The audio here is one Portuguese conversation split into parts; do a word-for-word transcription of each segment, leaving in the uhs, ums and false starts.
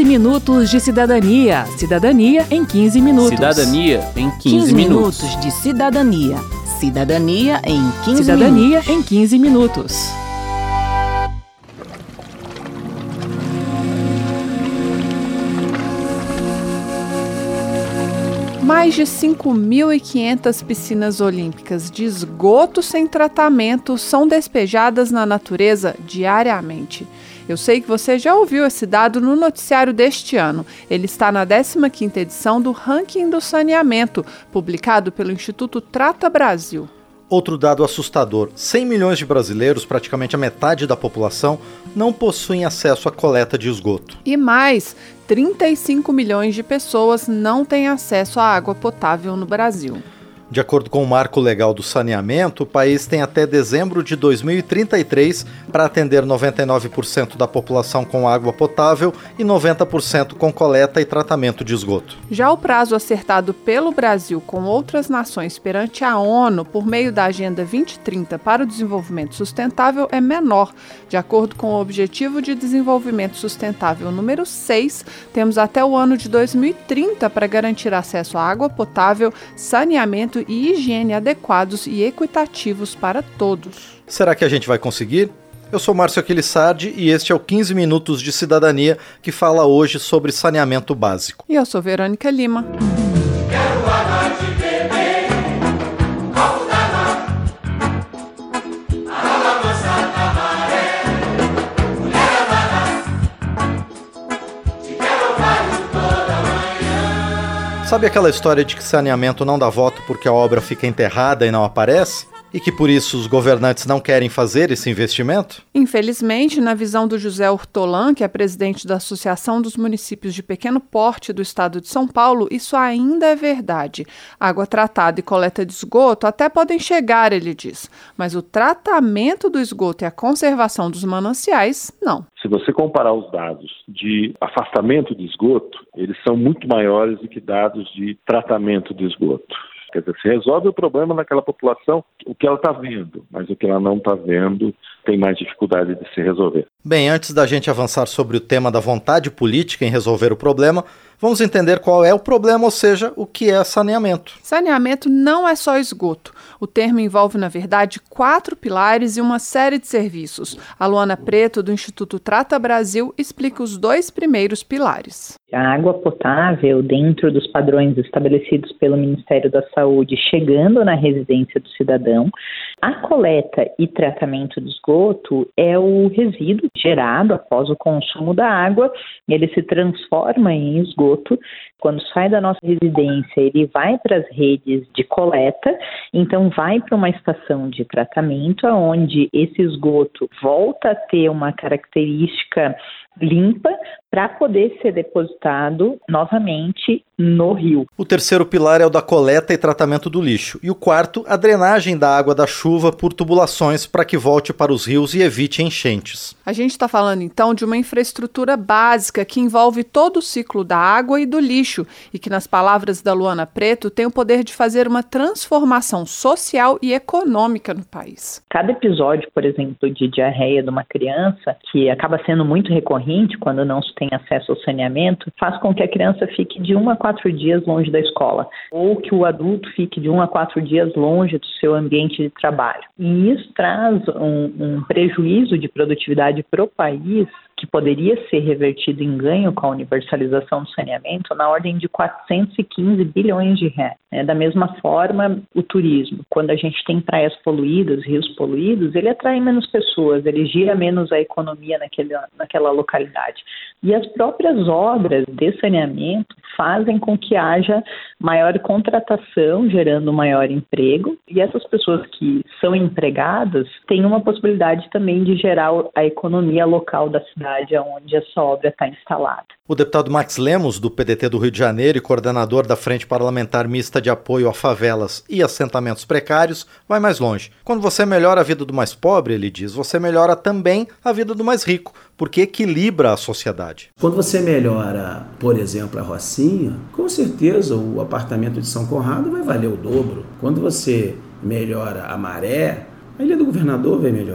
minutos de cidadania. Cidadania em quinze minutos. Cidadania em quinze, quinze minutos. minutos de cidadania. Cidadania em quinze Cidadania minutos. em quinze minutos. Mais de cinco mil e quinhentas piscinas olímpicas de esgoto sem tratamento são despejadas na natureza diariamente. Eu sei que você já ouviu esse dado no noticiário deste ano. Ele está na décima quinta edição do Ranking do Saneamento, publicado pelo Instituto Trata Brasil. Outro dado assustador: cem milhões de brasileiros, praticamente a metade da população, não possuem acesso à coleta de esgoto. E mais, trinta e cinco milhões de pessoas não têm acesso à água potável no Brasil. De acordo com o Marco Legal do Saneamento, o país tem até dezembro de dois mil e trinta e três para atender noventa e nove por cento da população com água potável e noventa por cento com coleta e tratamento de esgoto. Já o prazo acertado pelo Brasil com outras nações perante a ONU por meio da Agenda vinte trinta para o Desenvolvimento Sustentável é menor. De acordo com o Objetivo de Desenvolvimento Sustentável número seis, temos até o ano de dois mil e trinta para garantir acesso à água potável, saneamento e higiene adequados e equitativos para todos. Será que a gente vai conseguir? Eu sou Márcio Aquilissardi e este é o quinze minutos de Cidadania, que fala hoje sobre saneamento básico. E eu sou Verônica Lima. Quero água de beber, copo d'água, água mansa da maré, mulher amada, te quero vários toda manhã. Sabe aquela história de que saneamento não dá voto porque a obra fica enterrada e não aparece? E que por isso os governantes não querem fazer esse investimento? Infelizmente, na visão do José Hortolã, que é presidente da Associação dos Municípios de Pequeno Porte do Estado de São Paulo, isso ainda é verdade. Água tratada e coleta de esgoto até podem chegar, ele diz, mas o tratamento do esgoto e a conservação dos mananciais, não. Se você comparar os dados de afastamento de esgoto, eles são muito maiores do que dados de tratamento de esgoto. Quer dizer, se resolve o problema naquela população, o que ela está vendo, mas o que ela não está vendo tem mais dificuldade de se resolver. Bem, antes da gente avançar sobre o tema da vontade política em resolver o problema, vamos entender qual é o problema, ou seja, o que é saneamento. Saneamento não é só esgoto. O termo envolve, na verdade, quatro pilares e uma série de serviços. A Luana Preto, do Instituto Trata Brasil, explica os dois primeiros pilares. A água potável, dentro dos padrões estabelecidos pelo Ministério da Saúde, chegando na residência do cidadão. A coleta e tratamento de esgoto é o resíduo gerado após o consumo da água. Ele se transforma em esgoto. Quando sai da nossa residência, ele vai para as redes de coleta, então vai para uma estação de tratamento, onde esse esgoto volta a ter uma característica limpa para poder ser depositado novamente no rio. O terceiro pilar é o da coleta e tratamento do lixo. E o quarto, a drenagem da água da chuva por tubulações para que volte para os rios e evite enchentes. A gente está falando então de uma infraestrutura básica que envolve todo o ciclo da água e do lixo e que, nas palavras da Luana Preto, tem o poder de fazer uma transformação social e econômica no país. Cada episódio, por exemplo, de diarreia de uma criança, que acaba sendo muito recorrente quando não se tem acesso ao saneamento, faz com que a criança fique de um a quatro dias longe da escola, ou que o adulto fique de um a quatro dias longe do seu ambiente de trabalho. E isso traz um, um prejuízo de produtividade para o país, que poderia ser revertido em ganho com a universalização do saneamento, na ordem de quatrocentos e quinze bilhões de reais. É, da mesma forma, o turismo. Quando a gente tem praias poluídas, rios poluídos, ele atrai menos pessoas, ele gira menos a economia naquele, naquela localidade. E as próprias obras de saneamento fazem com que haja maior contratação, gerando maior emprego, e essas pessoas que são empregadas têm uma possibilidade também de gerar a economia local da cidade onde essa obra está instalada. O deputado Max Lemos, do P D T do Rio de Janeiro e coordenador da Frente Parlamentar Mista de Apoio a Favelas e Assentamentos Precários, vai mais longe. Quando você melhora a vida do mais pobre, ele diz, você melhora também a vida do mais rico, porque equilibra a sociedade. Quando você melhora, por exemplo, a Rocinha, com certeza o apartamento de São Conrado vai valer o dobro. Quando você melhora a Maré, a Ilha do Governador vai melhorar.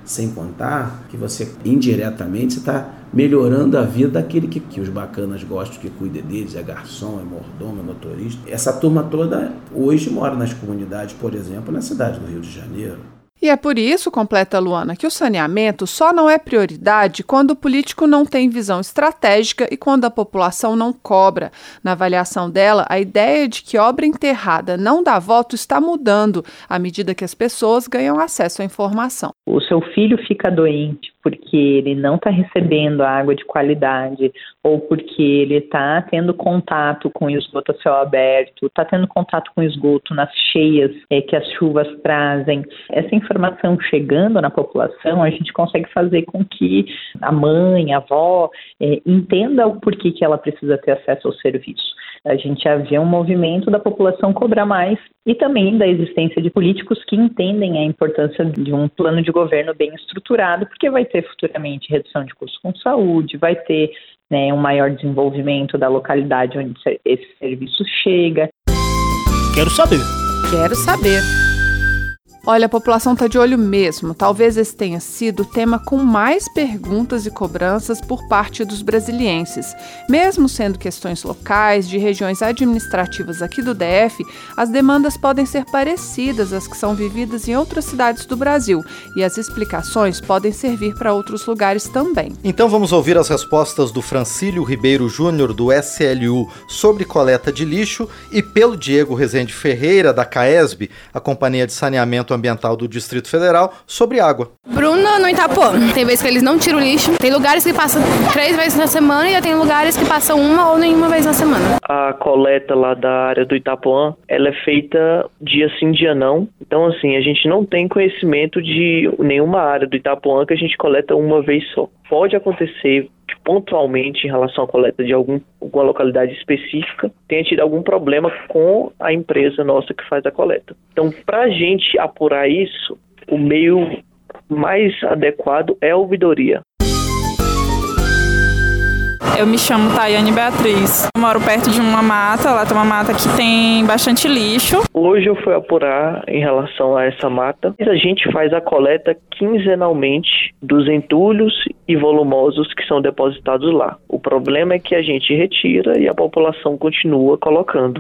Sem contar que você, indiretamente, você está melhorando a vida daquele que, que os bacanas gostam que cuide deles, é garçom, é mordomo, é motorista. Essa turma toda hoje mora nas comunidades, por exemplo, na cidade do Rio de Janeiro. E é por isso, completa Luana, que o saneamento só não é prioridade quando o político não tem visão estratégica e quando a população não cobra. Na avaliação dela, a ideia de que obra enterrada não dá voto está mudando à medida que as pessoas ganham acesso à informação. O seu filho fica doente porque ele não está recebendo água de qualidade ou porque ele está tendo contato com esgoto a céu aberto, está tendo contato com esgoto nas cheias é, que as chuvas trazem. Essa informação chegando na população, a gente consegue fazer com que a mãe, a avó, é, entenda o porquê que ela precisa ter acesso ao serviço. A gente já vê um movimento da população cobrar mais e também da existência de políticos que entendem a importância de um plano de governo bem estruturado, porque vai ter futuramente redução de custos com saúde, vai ter, né, um maior desenvolvimento da localidade onde esse serviço chega. Quero saber. Quero saber. Olha, a população está de olho mesmo. Talvez esse tenha sido o tema com mais perguntas e cobranças por parte dos brasilienses. Mesmo sendo questões locais, de regiões administrativas aqui do D F, as demandas podem ser parecidas às que são vividas em outras cidades do Brasil e as explicações podem servir para outros lugares também. Então vamos ouvir as respostas do Francílio Ribeiro Júnior, do S L U, sobre coleta de lixo e pelo Diego Rezende Ferreira, da CAESB, a Companhia de Saneamento Ambiental do Distrito Federal, sobre água. Bruno, no Itapuã. Tem vezes que eles não tiram lixo. Tem lugares que passam três vezes na semana e tem lugares que passam uma ou nenhuma vez na semana. A coleta lá da área do Itapuã, ela é feita dia sim, dia não. Então, assim, a gente não tem conhecimento de nenhuma área do Itapuã que a gente coleta uma vez só. Pode acontecer que pontualmente, em relação à coleta de algum, alguma localidade específica, tenha tido algum problema com a empresa nossa que faz a coleta. Então, para a gente apurar isso, o meio mais adequado é a ouvidoria. Eu me chamo Tayane Beatriz. Eu moro perto de uma mata, lá tem uma mata que tem bastante lixo. Hoje eu fui apurar em relação a essa mata. A gente faz a coleta quinzenalmente dos entulhos e volumosos que são depositados lá. O problema é que a gente retira e a população continua colocando.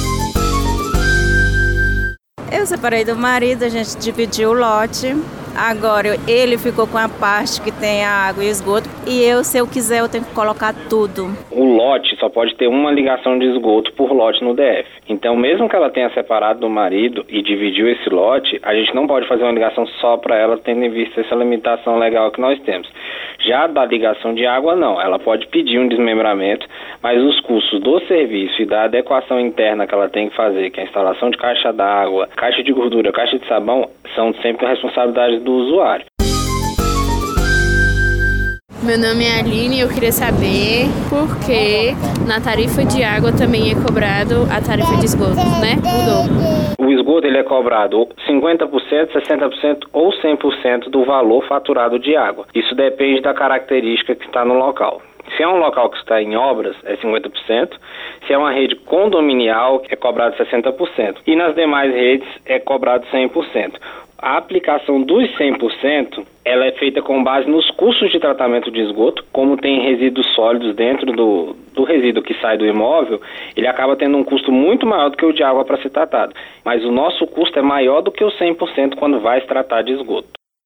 Eu separei do marido, a gente dividiu o lote. Agora ele ficou com a parte que tem a água e esgoto e eu, se eu quiser, eu tenho que colocar tudo. O lote só pode ter uma ligação de esgoto por lote no D F. Então, mesmo que ela tenha separado do marido e dividiu esse lote, a gente não pode fazer uma ligação só para ela, tendo em vista essa limitação legal que nós temos. Já da ligação de água, não. Ela pode pedir um desmembramento, mas os custos do serviço e da adequação interna que ela tem que fazer, que é a instalação de caixa d'água, caixa de gordura, caixa de sabão, são sempre a responsabilidade do usuário. Meu nome é Aline e eu queria saber por que na tarifa de água também é cobrado a tarifa de esgoto, né? Mudou. O esgoto ele é cobrado cinquenta por cento, sessenta por cento ou cem por cento do valor faturado de água. Isso depende da característica que está no local. Se é um local que está em obras, é cinquenta por cento. Se é uma rede condominial, é cobrado sessenta por cento. E nas demais redes, é cobrado cem por cento. A aplicação dos cem por cento, ela é feita com base nos custos de tratamento de esgoto. Como tem resíduos sólidos dentro do, do resíduo que sai do imóvel, ele acaba tendo um custo muito maior do que o de água para ser tratado. Mas o nosso custo é maior do que o cem por cento quando vai se tratar de esgoto.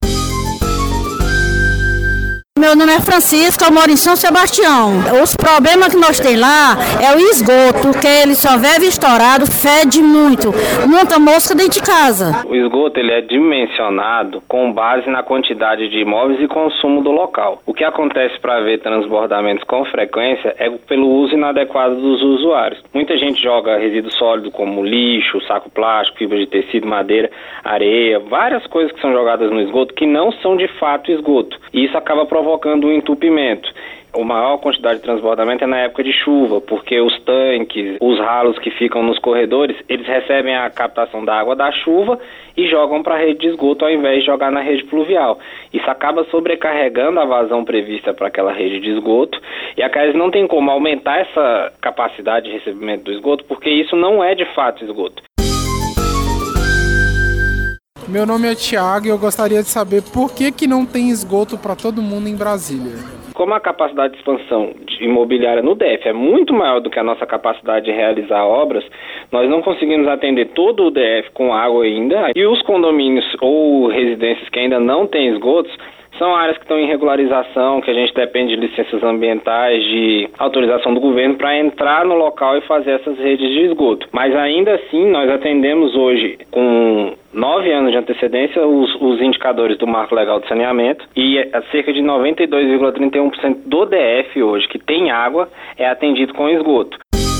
Meu nome é Francisca, eu moro em São Sebastião. Os problemas que nós temos lá é o esgoto, que ele só vive estourado, fede muito, muita mosca dentro de casa. O esgoto ele é dimensionado com base na quantidade de imóveis e consumo do local. O que acontece para haver transbordamentos com frequência é pelo uso inadequado dos usuários. Muita gente joga resíduo sólido como lixo, saco plástico, fibra de tecido, madeira, areia, várias coisas que são jogadas no esgoto que não são de fato esgoto. E isso acaba provocando provocando um entupimento. A maior quantidade de transbordamento é na época de chuva, porque os tanques, os ralos que ficam nos corredores, eles recebem a captação da água da chuva e jogam para a rede de esgoto ao invés de jogar na rede pluvial. Isso acaba sobrecarregando a vazão prevista para aquela rede de esgoto e a CAES não tem como aumentar essa capacidade de recebimento do esgoto, porque isso não é de fato esgoto. Meu nome é Thiago e eu gostaria de saber por que, que não tem esgoto para todo mundo em Brasília. Como a capacidade de expansão de imobiliária no D F é muito maior do que a nossa capacidade de realizar obras, nós não conseguimos atender todo o D F com água ainda. E os condomínios ou residências que ainda não têm esgotos são áreas que estão em regularização, que a gente depende de licenças ambientais, de autorização do governo para entrar no local e fazer essas redes de esgoto. Mas ainda assim, nós atendemos hoje com nove anos de antecedência os, os indicadores do Marco Legal de Saneamento e cerca de noventa e dois vírgula trinta e um por cento do D F hoje que tem água é atendido com esgoto.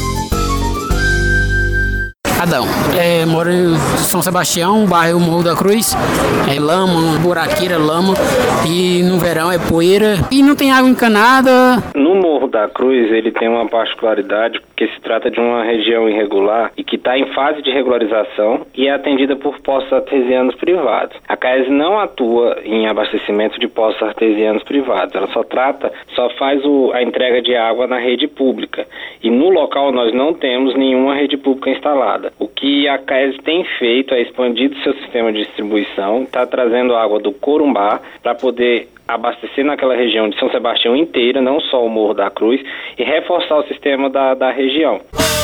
Adão, é, moro em São Sebastião, bairro Morro da Cruz, é lama, buraqueira, lama, e no verão é poeira e não tem água encanada. No Morro da Cruz ele tem uma particularidade que se trata de uma região irregular e que está em fase de regularização e é atendida por poços artesianos privados. A CAES não atua em abastecimento de poços artesianos privados, ela só trata, só faz o, a entrega de água na rede pública e no local nós não temos nenhuma rede pública instalada. O que a CAES tem feito é expandir seu sistema de distribuição, está trazendo água do Corumbá para poder abastecer naquela região de São Sebastião inteira, não só o Morro da Cruz, e reforçar o sistema da, da região.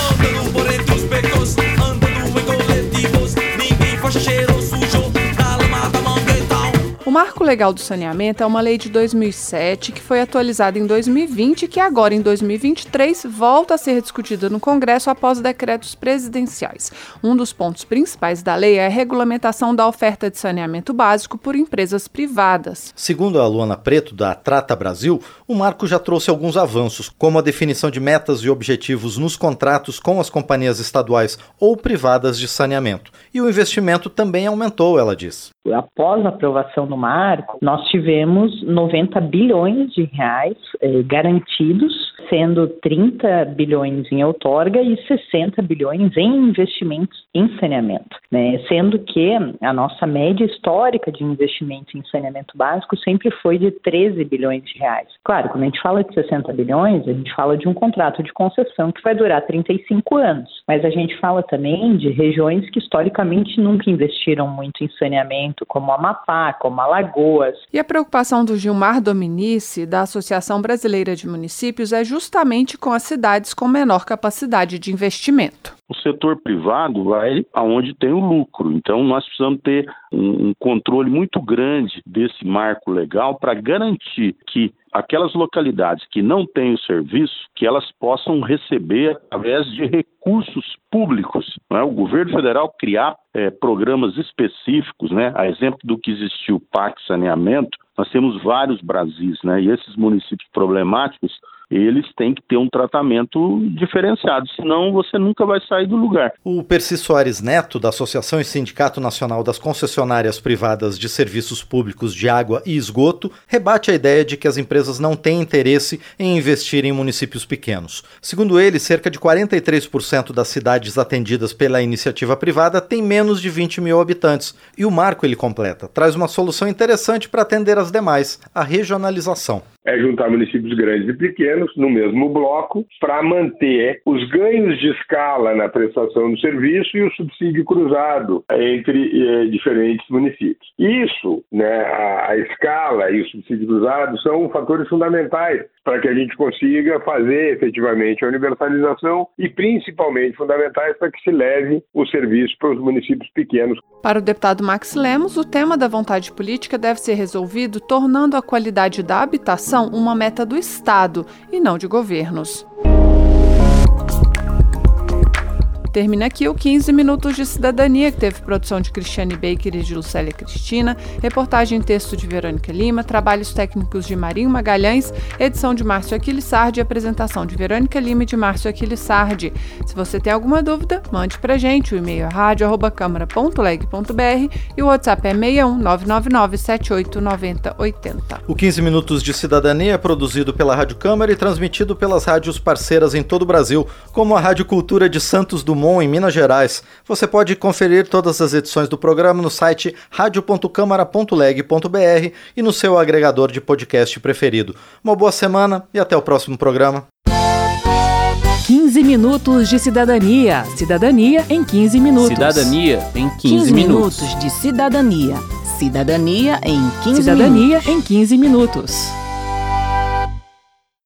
O Marco Legal do Saneamento é uma lei de dois mil e sete que foi atualizada em dois mil e vinte e que agora, em dois mil e vinte e três, volta a ser discutida no Congresso após decretos presidenciais. Um dos pontos principais da lei é a regulamentação da oferta de saneamento básico por empresas privadas. Segundo a Luana Preto, da Trata Brasil, o marco já trouxe alguns avanços, como a definição de metas e objetivos nos contratos com as companhias estaduais ou privadas de saneamento. E o investimento também aumentou, ela diz. Após a aprovação do marco, nós tivemos noventa bilhões de reais eh, garantidos, sendo trinta bilhões em outorga e sessenta bilhões em investimentos em saneamento, né? Sendo que a nossa média histórica de investimentos em saneamento básico sempre foi de treze bilhões de reais. Claro, quando a gente fala de sessenta bilhões, a gente fala de um contrato de concessão que vai durar trinta e cinco anos, mas a gente fala também de regiões que historicamente nunca investiram muito em saneamento, como Amapá, como Alagoas. E a preocupação do Gilmar Dominici, da Associação Brasileira de Municípios, é justamente com as cidades com menor capacidade de investimento. O setor privado vai aonde tem o lucro. Então, nós precisamos ter um, um controle muito grande desse marco legal para garantir que aquelas localidades que não têm o serviço, que elas possam receber através de recursos públicos. Não é? O governo federal criar é, programas específicos, né? A exemplo do que existiu o P A C Saneamento, nós temos vários Brasis, né? E esses municípios problemáticos, eles têm que ter um tratamento diferenciado, senão você nunca vai sair do lugar. O Percy Soares Neto, da Associação e Sindicato Nacional das Concessionárias Privadas de Serviços Públicos de Água e Esgoto, rebate a ideia de que as empresas não têm interesse em investir em municípios pequenos. Segundo ele, cerca de quarenta e três por cento das cidades atendidas pela iniciativa privada têm menos de vinte mil habitantes. E o marco, ele completa, traz uma solução interessante para atender as demais, a regionalização. É juntar municípios grandes e pequenos no mesmo bloco para manter os ganhos de escala na prestação do serviço e o subsídio cruzado entre eh, diferentes municípios. Isso, né, a, a escala e o subsídio cruzado são fatores fundamentais para que a gente consiga fazer efetivamente a universalização e principalmente fundamentais para que se leve o serviço para os municípios pequenos. Para o deputado Max Lemos, o tema da vontade política deve ser resolvido tornando a qualidade da habitação uma meta do Estado e não de governos. Termina aqui o quinze Minutos de Cidadania, que teve produção de Cristiane Baker e de Lucélia Cristina, reportagem e texto de Verônica Lima, trabalhos técnicos de Marinho Magalhães, edição de Márcio Aquilissardi e apresentação de Verônica Lima e de Márcio Aquilissardi. Se você tem alguma dúvida, mande pra gente. O e-mail é rádio arroba câmara ponto leg ponto br e o WhatsApp é seis um nove nove nove sete oito nove zero oito zero. O quinze Minutos de Cidadania é produzido pela Rádio Câmara e transmitido pelas rádios parceiras em todo o Brasil, como a Rádio Cultura de Santos Dumont, em Minas Gerais. Você pode conferir todas as edições do programa no site rádio ponto câmara ponto leg ponto br e no seu agregador de podcast preferido. Uma boa semana e até o próximo programa. quinze minutos de cidadania. Cidadania em quinze minutos. Cidadania em quinze, quinze minutos. minutos de cidadania. Cidadania em quinze Cidadania minutos. em quinze minutos.